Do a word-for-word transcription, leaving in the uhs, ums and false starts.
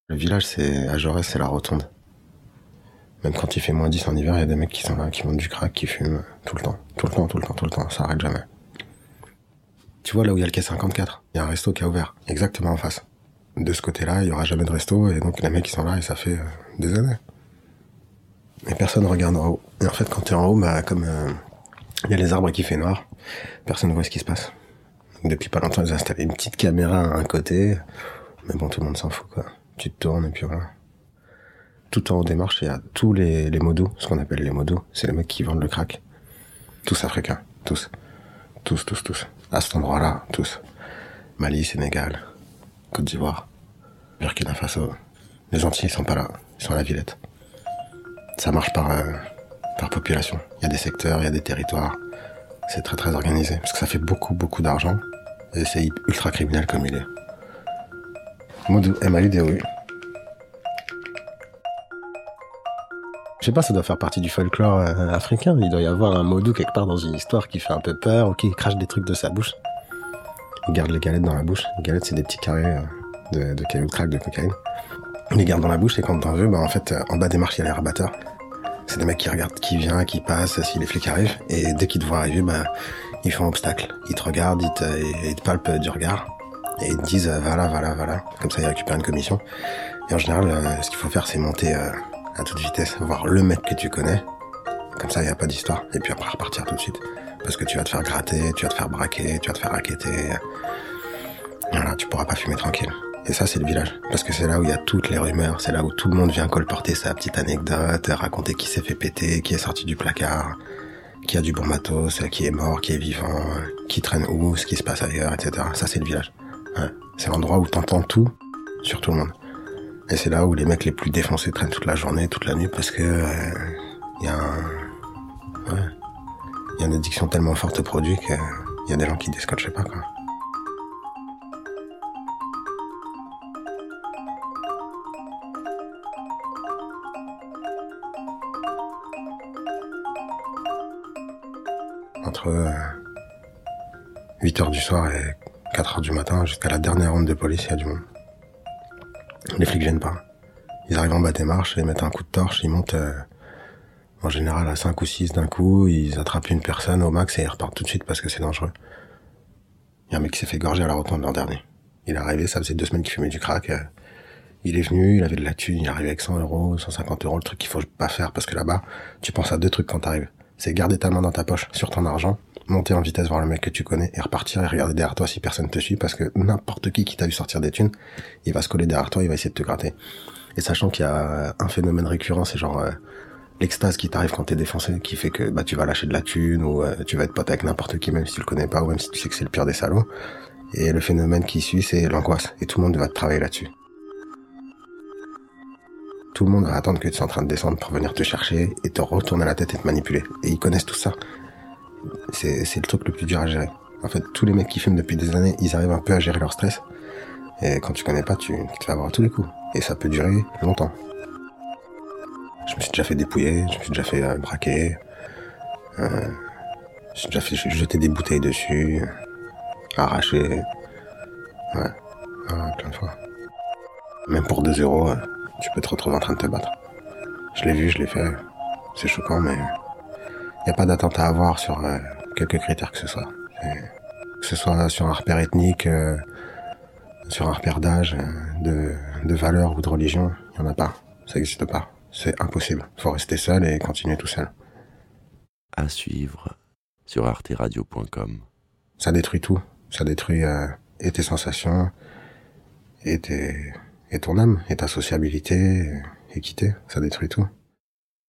Le village, c'est à Jaurès, c'est la rotonde. Même quand il fait moins dix en hiver, il y a des mecs qui sont là, qui vendent du crack, qui fument tout le temps. Tout le temps, tout le temps, tout le temps. Ça arrête jamais. Tu vois, là où il y a le quai cinquante-quatre, il y a un resto qui a ouvert, exactement en face. De ce côté-là, il y aura jamais de resto, et donc les mecs, ils sont là, et ça fait euh, des années. Et personne regarde en haut. Et en fait, quand t'es en haut, bah, comme euh, il y a les arbres qui fait noir, personne ne voit ce qui se passe. Donc, depuis pas longtemps, ils ont installé une petite caméra à un côté, mais bon, tout le monde s'en fout, quoi. Tu te tournes, et puis voilà. Tout en haut des marches, il y a tous les, les modos, ce qu'on appelle les modos. C'est les mecs qui vendent le crack. Tous africains. Tous. Tous, tous, tous. À cet endroit-là, tous. Mali, Sénégal, Côte d'Ivoire, Burkina Faso. Les Antilles, ils sont pas là. Ils sont à la Villette. Ça marche par, euh, par population. Il y a des secteurs, il y a des territoires. C'est très, très organisé. Parce que ça fait beaucoup, beaucoup d'argent. Et c'est ultra criminel comme il est. Modou, M A U D O U. Je sais pas, ça doit faire partie du folklore euh, africain. Il doit y avoir un modou quelque part dans une histoire qui fait un peu peur ou qui crache des trucs de sa bouche. Il garde les galettes dans la bouche. Les galettes, c'est des petits carrés euh, de, de cailloux de crack, de cocaïne. Il les garde dans la bouche et quand t'en veux, bah en fait, euh, en bas des marches, il y a les rabatteurs. C'est des mecs qui regardent qui vient, qui passe, si les flics arrivent. Et dès qu'ils te voient arriver, bah, ils font obstacle. Ils te regardent, ils te, ils te palpent du regard. Et ils te disent, euh, voilà, voilà, voilà. Comme ça, ils récupèrent une commission. Et en général, euh, ce qu'il faut faire, c'est monter... Euh, à toute vitesse, voir le mec que tu connais, comme ça il n'y a pas d'histoire, et puis après repartir tout de suite, parce que tu vas te faire gratter, tu vas te faire braquer, tu vas te faire racketter, voilà, tu pourras pas fumer tranquille. Et ça c'est le village, parce que c'est là où il y a toutes les rumeurs, c'est là où tout le monde vient colporter sa petite anecdote, raconter qui s'est fait péter, qui est sorti du placard, qui a du bon matos, qui est mort, qui est vivant, qui traîne où, ce qui se passe ailleurs, et cetera. Ça c'est le village, ouais. C'est l'endroit où t'entends tout sur tout le monde. Et c'est là où les mecs les plus défoncés traînent toute la journée, toute la nuit, parce que euh, y a un, ouais, y a une addiction tellement forte au produit qu'il y a des gens qui déscotchent pas, quoi. Entre euh, huit heures du soir et quatre heures du matin, jusqu'à la dernière ronde de police, il y a du monde. Les flics viennent pas. Ils arrivent en bas des marches, ils mettent un coup de torche, ils montent euh, en général à cinq ou six d'un coup, ils attrapent une personne au max et ils repartent tout de suite parce que c'est dangereux. Il y a un mec qui s'est fait gorger à la rotonde l'an dernier. Il est arrivé, ça faisait deux semaines qu'il fumait du crack. Euh, il est venu, il avait de la thune, il est arrivé avec cent euros, cent cinquante euros, le truc qu'il faut pas faire parce que là-bas, tu penses à deux trucs quand t'arrives. C'est garder ta main dans ta poche sur ton argent, monter en vitesse voir le mec que tu connais et repartir et regarder derrière toi si personne te suit parce que n'importe qui qui t'a vu sortir des thunes, il va se coller derrière toi, il va essayer de te gratter. Et sachant qu'il y a un phénomène récurrent, c'est genre euh, l'extase qui t'arrive quand t'es défoncé, qui fait que bah tu vas lâcher de la thune ou euh, tu vas être pote avec n'importe qui même si tu le connais pas ou même si tu sais que c'est le pire des salauds. Et le phénomène qui suit, c'est l'angoisse. Et tout le monde va te travailler là-dessus. Tout le monde va attendre que tu sois en train de descendre pour venir te chercher et te retourner la tête et te manipuler. Et ils connaissent tout ça. C'est, c'est le truc le plus dur à gérer. En fait, tous les mecs qui fument depuis des années, ils arrivent un peu à gérer leur stress. Et quand tu connais pas, tu, tu te fais avoir à tous les coups. Et ça peut durer longtemps. Je me suis déjà fait dépouiller, je me suis déjà fait euh, braquer. Euh, j'ai déjà fait jeter des bouteilles dessus, arracher. Ouais, ouais, plein de fois. Même pour deux euros, euh, tu peux te retrouver en train de te battre. Je l'ai vu, je l'ai fait. C'est choquant, mais il n'y a pas d'atteinte à avoir sur euh, quelque critère que ce soit. Et que ce soit sur un repère ethnique, euh, sur un repère d'âge, euh, de, de valeur ou de religion, il n'y en a pas. Ça n'existe pas. C'est impossible. Faut rester seul et continuer tout seul. À suivre sur arte radio point com. Ça détruit tout. Ça détruit euh, et tes sensations, et, tes, et ton âme, et ta sociabilité, et, et quitter. Ça détruit tout.